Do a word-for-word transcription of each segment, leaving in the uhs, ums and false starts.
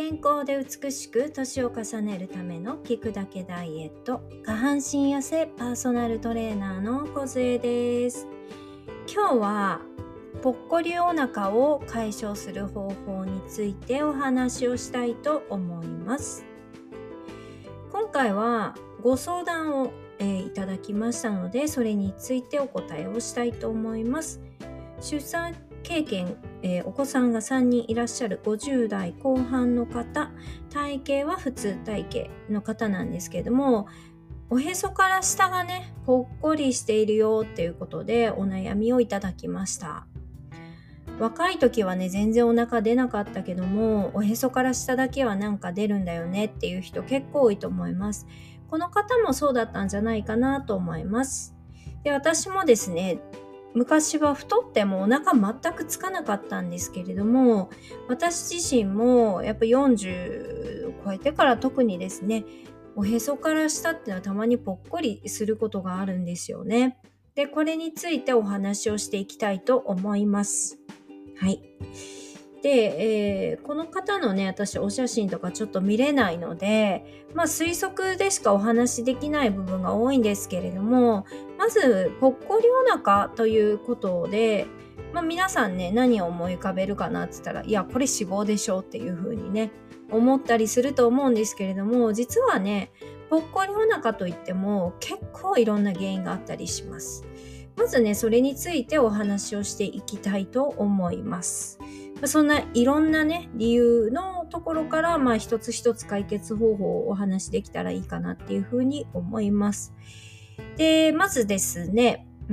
健康で美しく年を重ねるための聞くだけダイエット、下半身痩せパーソナルトレーナーの小杖です。今日はぽっこりお腹を解消する方法についてお話をしたいと思います。今回はご相談を、えーいただきましたので、それについてお答えをしたいと思います。出産経験、えーお子さんがさんにんいらっしゃるごじゅう代後半の方、体型は普通体型の方なんですけれども、おへそから下がねぽっこりしているよっていうことでお悩みをいただきました。若い時はね全然お腹出なかったけども、おへそから下だけはなんか出るんだよねっていう人結構多いと思います。この方もそうだったんじゃないかなと思います。で、私もですね、昔は太ってもお腹全くつかなかったんですけれども、私自身もやっぱよんじゅう超えてから特にですね、おへそから下っていうのはたまにぽっこりすることがあるんですよね。で、これについてお話をしていきたいと思います。はい。で、えーこの方のね、私お写真とかちょっと見れないので、まあ推測でしかお話しできない部分が多いんですけれども、まずぽっこりお腹ということで、まあ皆さんね、何を思い浮かべるかなって言ったら、いや、これ脂肪でしょっていう風にね、思ったりすると思うんですけれども、実はね、ぽっこりお腹といっても結構いろんな原因があったりします。まずね、それについてお話をしていきたいと思います。そんないろんなね、理由のところから、まあ一つ一つ解決方法をお話しできたらいいかなっていうふうに思います。で、まずですね、うん、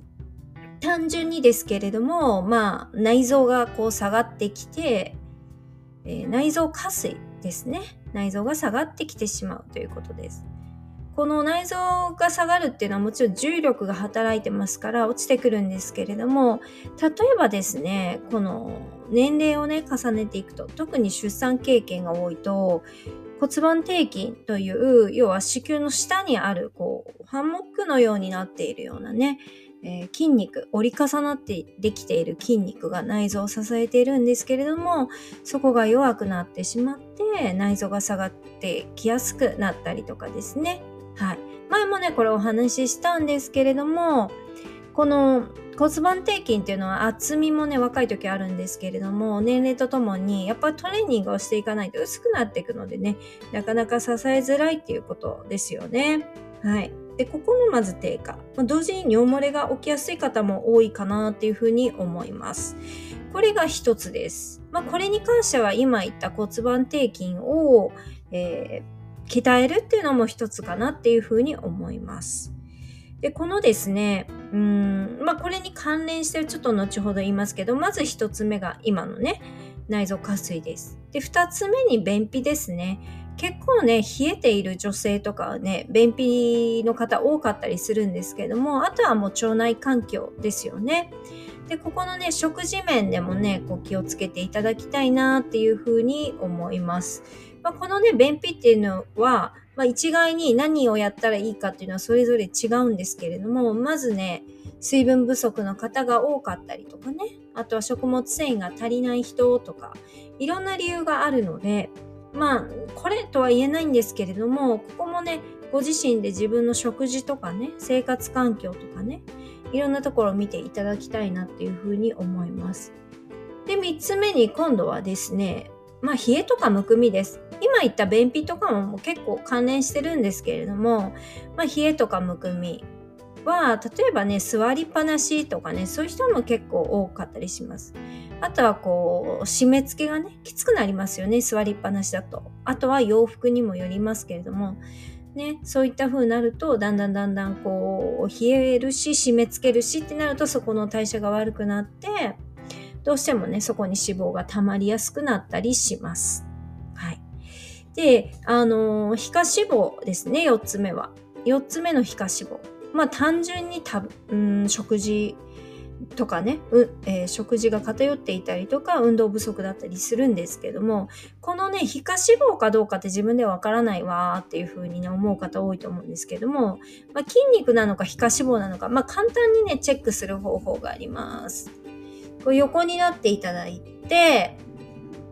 単純にですけれども、まあ内臓がこう下がってきて、えー内臓下垂ですね。内臓が下がってきてしまうということです。この内臓が下がるっていうのはもちろん重力が働いてますから落ちてくるんですけれども、例えばですね、この年齢をね重ねていくと、特に出産経験が多いと、骨盤底筋という要は子宮の下にあるこうハンモックのようになっているようなね、えー筋肉、折り重なってできている筋肉が内臓を支えているんですけれども、そこが弱くなってしまって内臓が下がってきやすくなったりとかですね。はい。前もね、これお話ししたんですけれども、この骨盤底筋っていうのは厚みもね、若い時あるんですけれども、年齢とともにやっぱりトレーニングをしていかないと薄くなっていくのでね、なかなか支えづらいっていうことですよね。はい。で、ここのまず低下。まあ同時に尿漏れが起きやすい方も多いかなっていうふうに思います。これが一つです。まあ、これに関しては今言った骨盤底筋を、えー鍛えるっていうのも一つかなっていうふうに思います。で、このですね、うーん、まあこれに関連してちょっと後ほど言いますけど、まず一つ目が今のね、内臓下垂です。で、二つ目に便秘ですね。結構ね、冷えている女性とかはね、便秘の方多かったりするんですけども、あとはもう腸内環境ですよね。で、ここのね、食事面でもね、こう気をつけていただきたいなっていうふうに思います。まあ、このね、便秘っていうのは、まあ、一概に何をやったらいいかっていうのはそれぞれ違うんですけれども、まずね、水分不足の方が多かったりとかね、あとは食物繊維が足りない人とか、いろんな理由があるので、まあ、これとは言えないんですけれども、ここもね、ご自身で自分の食事とかね、生活環境とかね、いろんなところを見ていただきたいなっていうふうに思います。で、三つ目に今度はですね、まあ、冷えとかむくみです。今言った便秘とかも結構関連してるんですけれども、まあ、冷えとかむくみは、例えばね、座りっぱなしとかね、そういう人も結構多かったりします。あとはこう、締め付けがね、きつくなりますよね、座りっぱなしだと。あとは洋服にもよりますけれども、ね、そういった風になると、だんだんだんだんこう、冷えるし、締め付けるしってなると、そこの代謝が悪くなって、どうしてもね、そこに脂肪が溜まりやすくなったりします。はい。で、あのー、皮下脂肪ですね、よっつめは。よっつめの皮下脂肪。まあ、単純にたうん、食事とかね、うえー食事が偏っていたりとか、運動不足だったりするんですけども、このね、皮下脂肪かどうかって自分でわからないわーっていう風にね、思う方多いと思うんですけども、まあ、筋肉なのか皮下脂肪なのか、まあ、簡単にね、チェックする方法があります。こう横になっていただいて、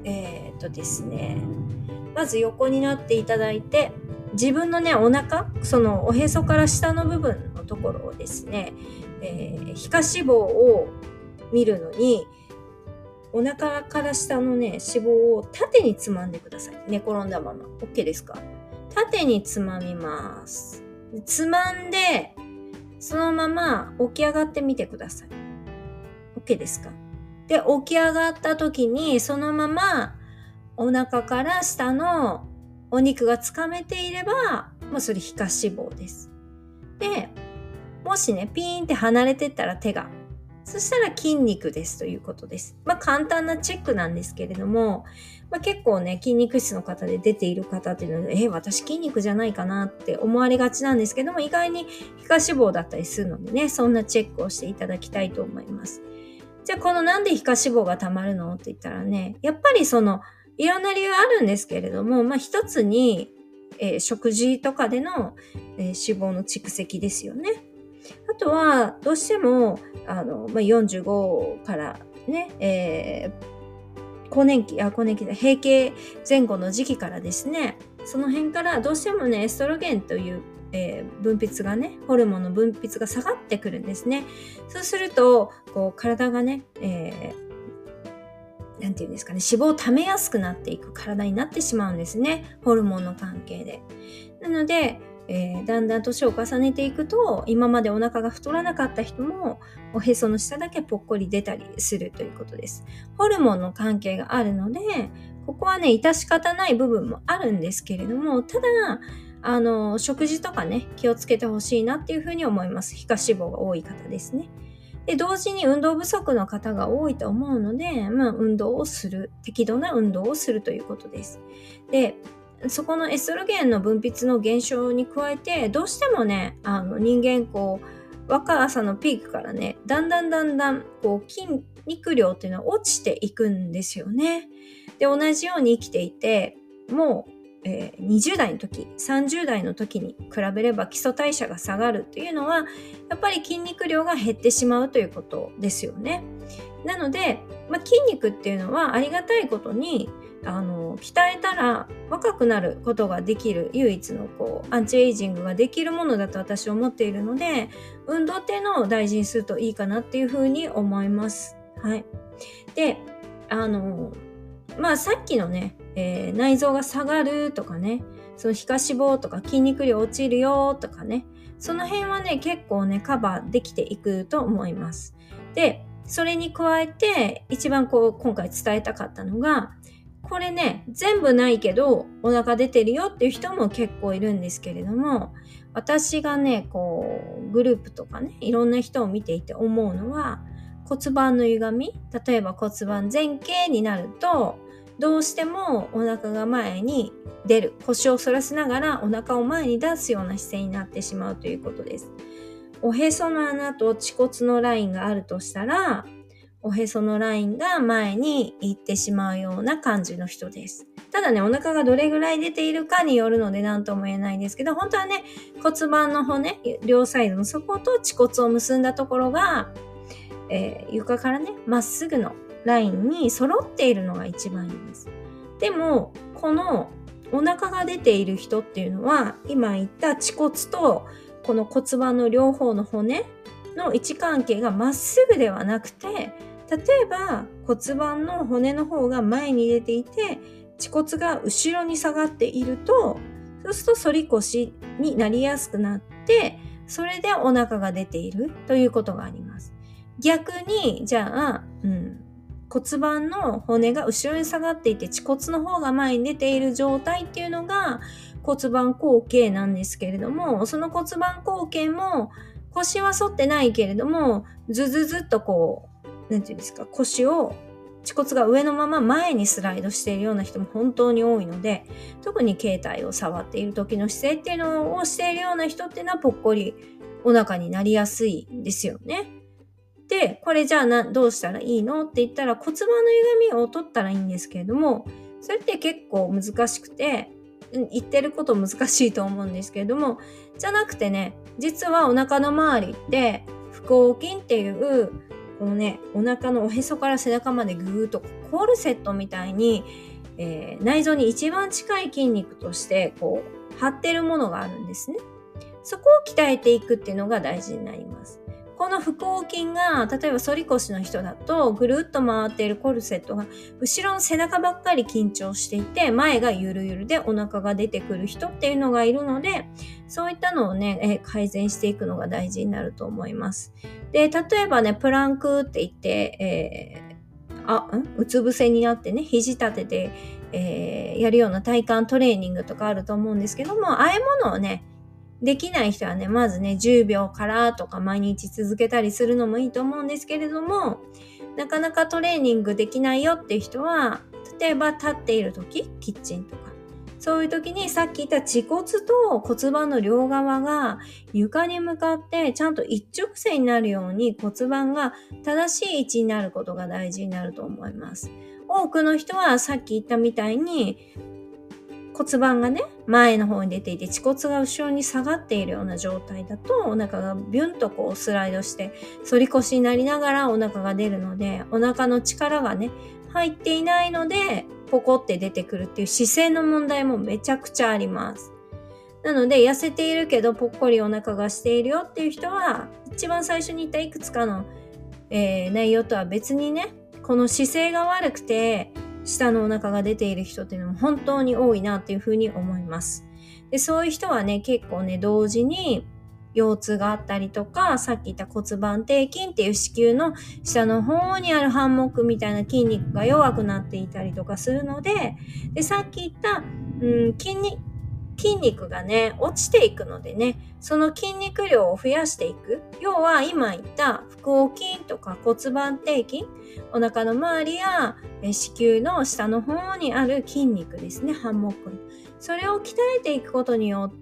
えー、っとですね、まず横になっていただいて、自分のね、お腹、そのおへそから下の部分のところをですね、えー、皮下脂肪を見るのに、お腹から下のね、脂肪を縦につまんでください。寝転んだまま。OK ですか？縦につまみます。つまんで、そのまま起き上がってみてください。OK ですか？で、起き上がった時に、そのままお腹から下のお肉がつかめていれば、もうそれ皮下脂肪です。で、もしね、ピーンって離れてったら手が、そしたら筋肉ですということです。まあ簡単なチェックなんですけれども、まあ、結構ね、筋肉質の方で出ている方っていうのは、え、私筋肉じゃないかなって思われがちなんですけども、意外に皮下脂肪だったりするのでね、そんなチェックをしていただきたいと思います。じゃあこのなんで皮下脂肪が溜まるのって言ったらね、やっぱりそのいろんな理由あるんですけれども、まあ一つに、えー、食事とかでの、えー、脂肪の蓄積ですよね。あとはどうしてもあの、まあ、よんじゅうごからね、えー、更年期、あ、更年期で閉経前後の時期からですね、その辺からどうしてもね、エストロゲンというえー、分泌がね、ホルモンの分泌が下がってくるんですね。そうすると、こう、体がね、えー、なんていうんですかね、脂肪を溜めやすくなっていく体になってしまうんですね。ホルモンの関係で。なので、えー、だんだん年を重ねていくと、今までお腹が太らなかった人も、おへその下だけぽっこり出たりするということです。ホルモンの関係があるので、ここはね、致し方ない部分もあるんですけれども、ただ、あの、食事とかね、気をつけてほしいなっていうふうに思います。皮下脂肪が多い方ですね。で、同時に運動不足の方が多いと思うので、まあ、運動をする。適度な運動をするということです。で、そこのエストロゲンの分泌の減少に加えて、どうしてもね、あの、人間、こう、若さのピークからね、だんだんだんだん、こう、筋肉量っていうのは落ちていくんですよね。で、同じように生きていて、もう、えー、にじゅう代の時、さんじゅう代の時に比べれば基礎代謝が下がるというのは、やっぱり筋肉量が減ってしまうということですよね。なので、まあ、筋肉っていうのはありがたいことに、あの、鍛えたら若くなることができる唯一のこう、アンチエイジングができるものだと私は思っているので、運動っていうのを大事にするといいかなっていうふうに思います。はい。で、あの、まあさっきのね、えー、内臓が下がるとかね、その皮下脂肪とか筋肉量落ちるよとかね、その辺はね、結構ね、カバーできていくと思います。で、それに加えて、一番こう、今回伝えたかったのが、これね、全部ないけど、お腹出てるよっていう人も結構いるんですけれども、私がね、こう、グループとかね、いろんな人を見ていて思うのは、骨盤の歪み、例えば骨盤前傾になると、どうしてもお腹が前に出る、腰を反らせながらお腹を前に出すような姿勢になってしまうということです。おへその穴と恥骨のラインがあるとしたら、おへそのラインが前に行ってしまうような感じの人です。ただね、お腹がどれぐらい出ているかによるので何とも言えないんですけど、本当はね、骨盤の骨、両サイドの底と恥骨を結んだところが、えー、床からね、まっすぐのラインに揃っているのが一番いいです。でも、このお腹が出ている人っていうのは、今言った恥骨とこの骨盤の両方の骨の位置関係がまっすぐではなくて、例えば骨盤の骨の方が前に出ていて、恥骨が後ろに下がっていると、そうすると反り腰になりやすくなって、それでお腹が出ているということがあります。逆に、じゃあ、うん、骨盤の骨が後ろに下がっていて、恥骨の方が前に出ている状態っていうのが骨盤後傾なんですけれども、その骨盤後傾も腰は反ってないけれども、ずずずっとこう、なんていうんですか、腰を、恥骨が上のまま前にスライドしているような人も本当に多いので、特に携帯を触っている時の姿勢っていうのをしているような人っていうのはぽっこりお腹になりやすいんですよね。で、これじゃあな、どうしたらいいのって言ったら骨盤の歪みを取ったらいいんですけれども、それって結構難しくて、言ってること難しいと思うんですけれども、じゃなくてね、実はお腹の周りって腹横筋っていうこのね、お腹のおへそから背中までぐーっとコルセットみたいに、えー、内臓に一番近い筋肉としてこう張ってるものがあるんですね。そこを鍛えていくっていうのが大事になります。この腹横筋が、例えば反り腰の人だとぐるっと回っているコルセットが後ろの背中ばっかり緊張していて、前がゆるゆるでお腹が出てくる人っていうのがいるので、そういったのをね、えー、改善していくのが大事になると思います。で、例えばね、プランクって言って、えー、あ、んうつ伏せになってね、肘立てて、えー、やるような体幹トレーニングとかあると思うんですけども、ああいうものをね、できない人はね、まずね、じゅうびょうからとか毎日続けたりするのもいいと思うんですけれども、なかなかトレーニングできないよっていう人は、例えば立っている時、キッチンとか、そういう時にさっき言った恥骨と骨盤の両側が床に向かってちゃんと一直線になるように骨盤が正しい位置になることが大事になると思います。多くの人はさっき言ったみたいに骨盤がね、前の方に出ていて、恥骨が後ろに下がっているような状態だと、お腹がビュンとこうスライドして、反り腰になりながらお腹が出るので、お腹の力がね、入っていないので、ポコって出てくるっていう姿勢の問題もめちゃくちゃあります。なので、痩せているけど、ぽっこりお腹がしているよっていう人は、一番最初に言ったいくつかの、えー、内容とは別にね、この姿勢が悪くて、下のお腹が出ている人っていうのも本当に多いなっていうふうに思います。で、そういう人はね、結構ね、同時に腰痛があったりとか、さっき言った骨盤底筋っていう子宮の下の方にあるハンモックみたいな筋肉が弱くなっていたりとかするので、で、さっき言った、うん、筋肉、筋肉がね、落ちていくのでね、その筋肉量を増やしていく。要は今言った腹横筋とか骨盤底筋、お腹の周りや子宮の下の方にある筋肉ですね、ハンモック。それを鍛えていくことによって、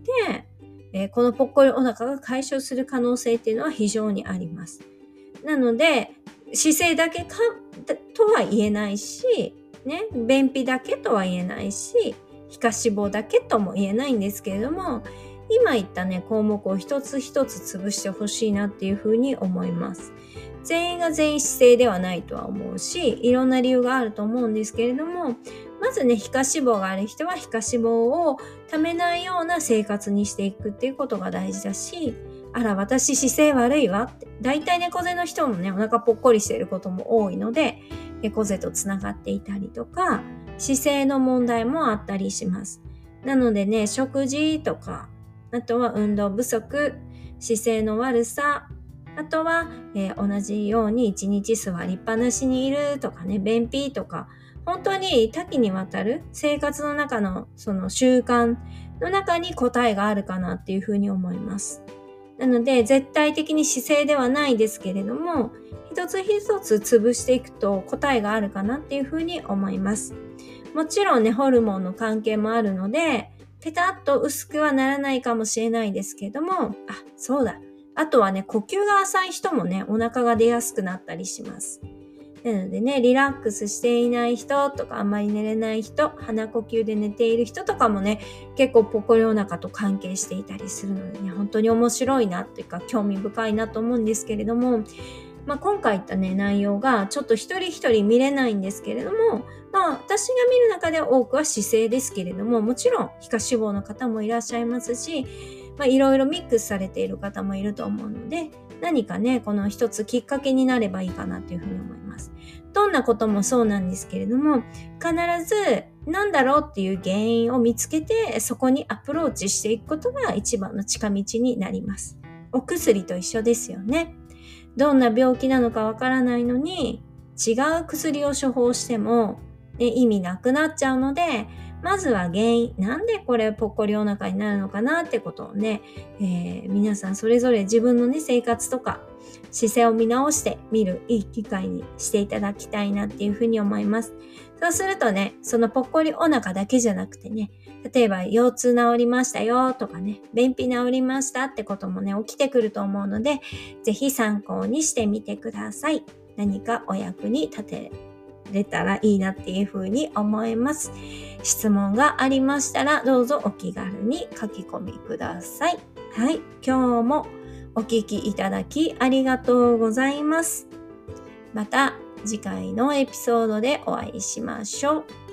えー、このぽっこりお腹が解消する可能性っていうのは非常にあります。なので、姿勢だけかとは言えないし、ね、便秘だけとは言えないし、皮下脂肪だけとも言えないんですけれども、今言ったね、項目を一つ一つ潰してほしいなっていうふうに思います。全員が全員姿勢ではないとは思うし、いろんな理由があると思うんですけれども、まずね、皮下脂肪がある人は皮下脂肪をためないような生活にしていくっていうことが大事だし、あら、私姿勢悪いわって。だいたい猫背の人もね、お腹ぽっこりしていることも多いので、猫背とつながっていたりとか、姿勢の問題もあったりします。なのでね、食事とか、あとは運動不足、姿勢の悪さ、あとは、えー、同じように一日座りっぱなしにいるとかね、便秘とか、本当に多岐にわたる生活の中のその習慣の中に答えがあるかなっていうふうに思います。なので、絶対的に姿勢ではないですけれども、一つ一つ潰していくと答えがあるかなっていうふうに思います。もちろんね、ホルモンの関係もあるので、ペタッと薄くはならないかもしれないですけども、あ、そうだ。あとはね、呼吸が浅い人もね、お腹が出やすくなったりします。なのでね、リラックスしていない人とか、あんまり寝れない人、鼻呼吸で寝ている人とかもね、結構ぽっこりお腹と関係していたりするのでね、本当に面白いなっていうか、興味深いなと思うんですけれども、まあ、今回言ったね、内容がちょっと一人一人見れないんですけれども、まあ、私が見る中では多くは姿勢ですけれども、もちろん皮下脂肪の方もいらっしゃいますし、まあ、いろいろミックスされている方もいると思うので、何かね、この一つきっかけになればいいかなというふうに思います。どんなこともそうなんですけれども、必ず何だろうっていう原因を見つけて、そこにアプローチしていくことが一番の近道になります。お薬と一緒ですよね。どんな病気なのかわからないのに、違う薬を処方しても、ね、意味なくなっちゃうので、まずは原因、なんでこれぽっこりお腹になるのかなってことをね、えー、皆さんそれぞれ自分のね、生活とか姿勢を見直してみるいい機会にしていただきたいなっていうふうに思います。そうするとね、そのぽっこりお腹だけじゃなくてね、例えば腰痛治りましたよとかね、便秘治りましたってこともね、起きてくると思うので、ぜひ参考にしてみてください。何かお役に立てれたらいいなっていうふうに思います。質問がありましたらどうぞお気軽に書き込みください。はい、今日もお聞きいただきありがとうございます。 また次回のエピソードでお会いしましょう。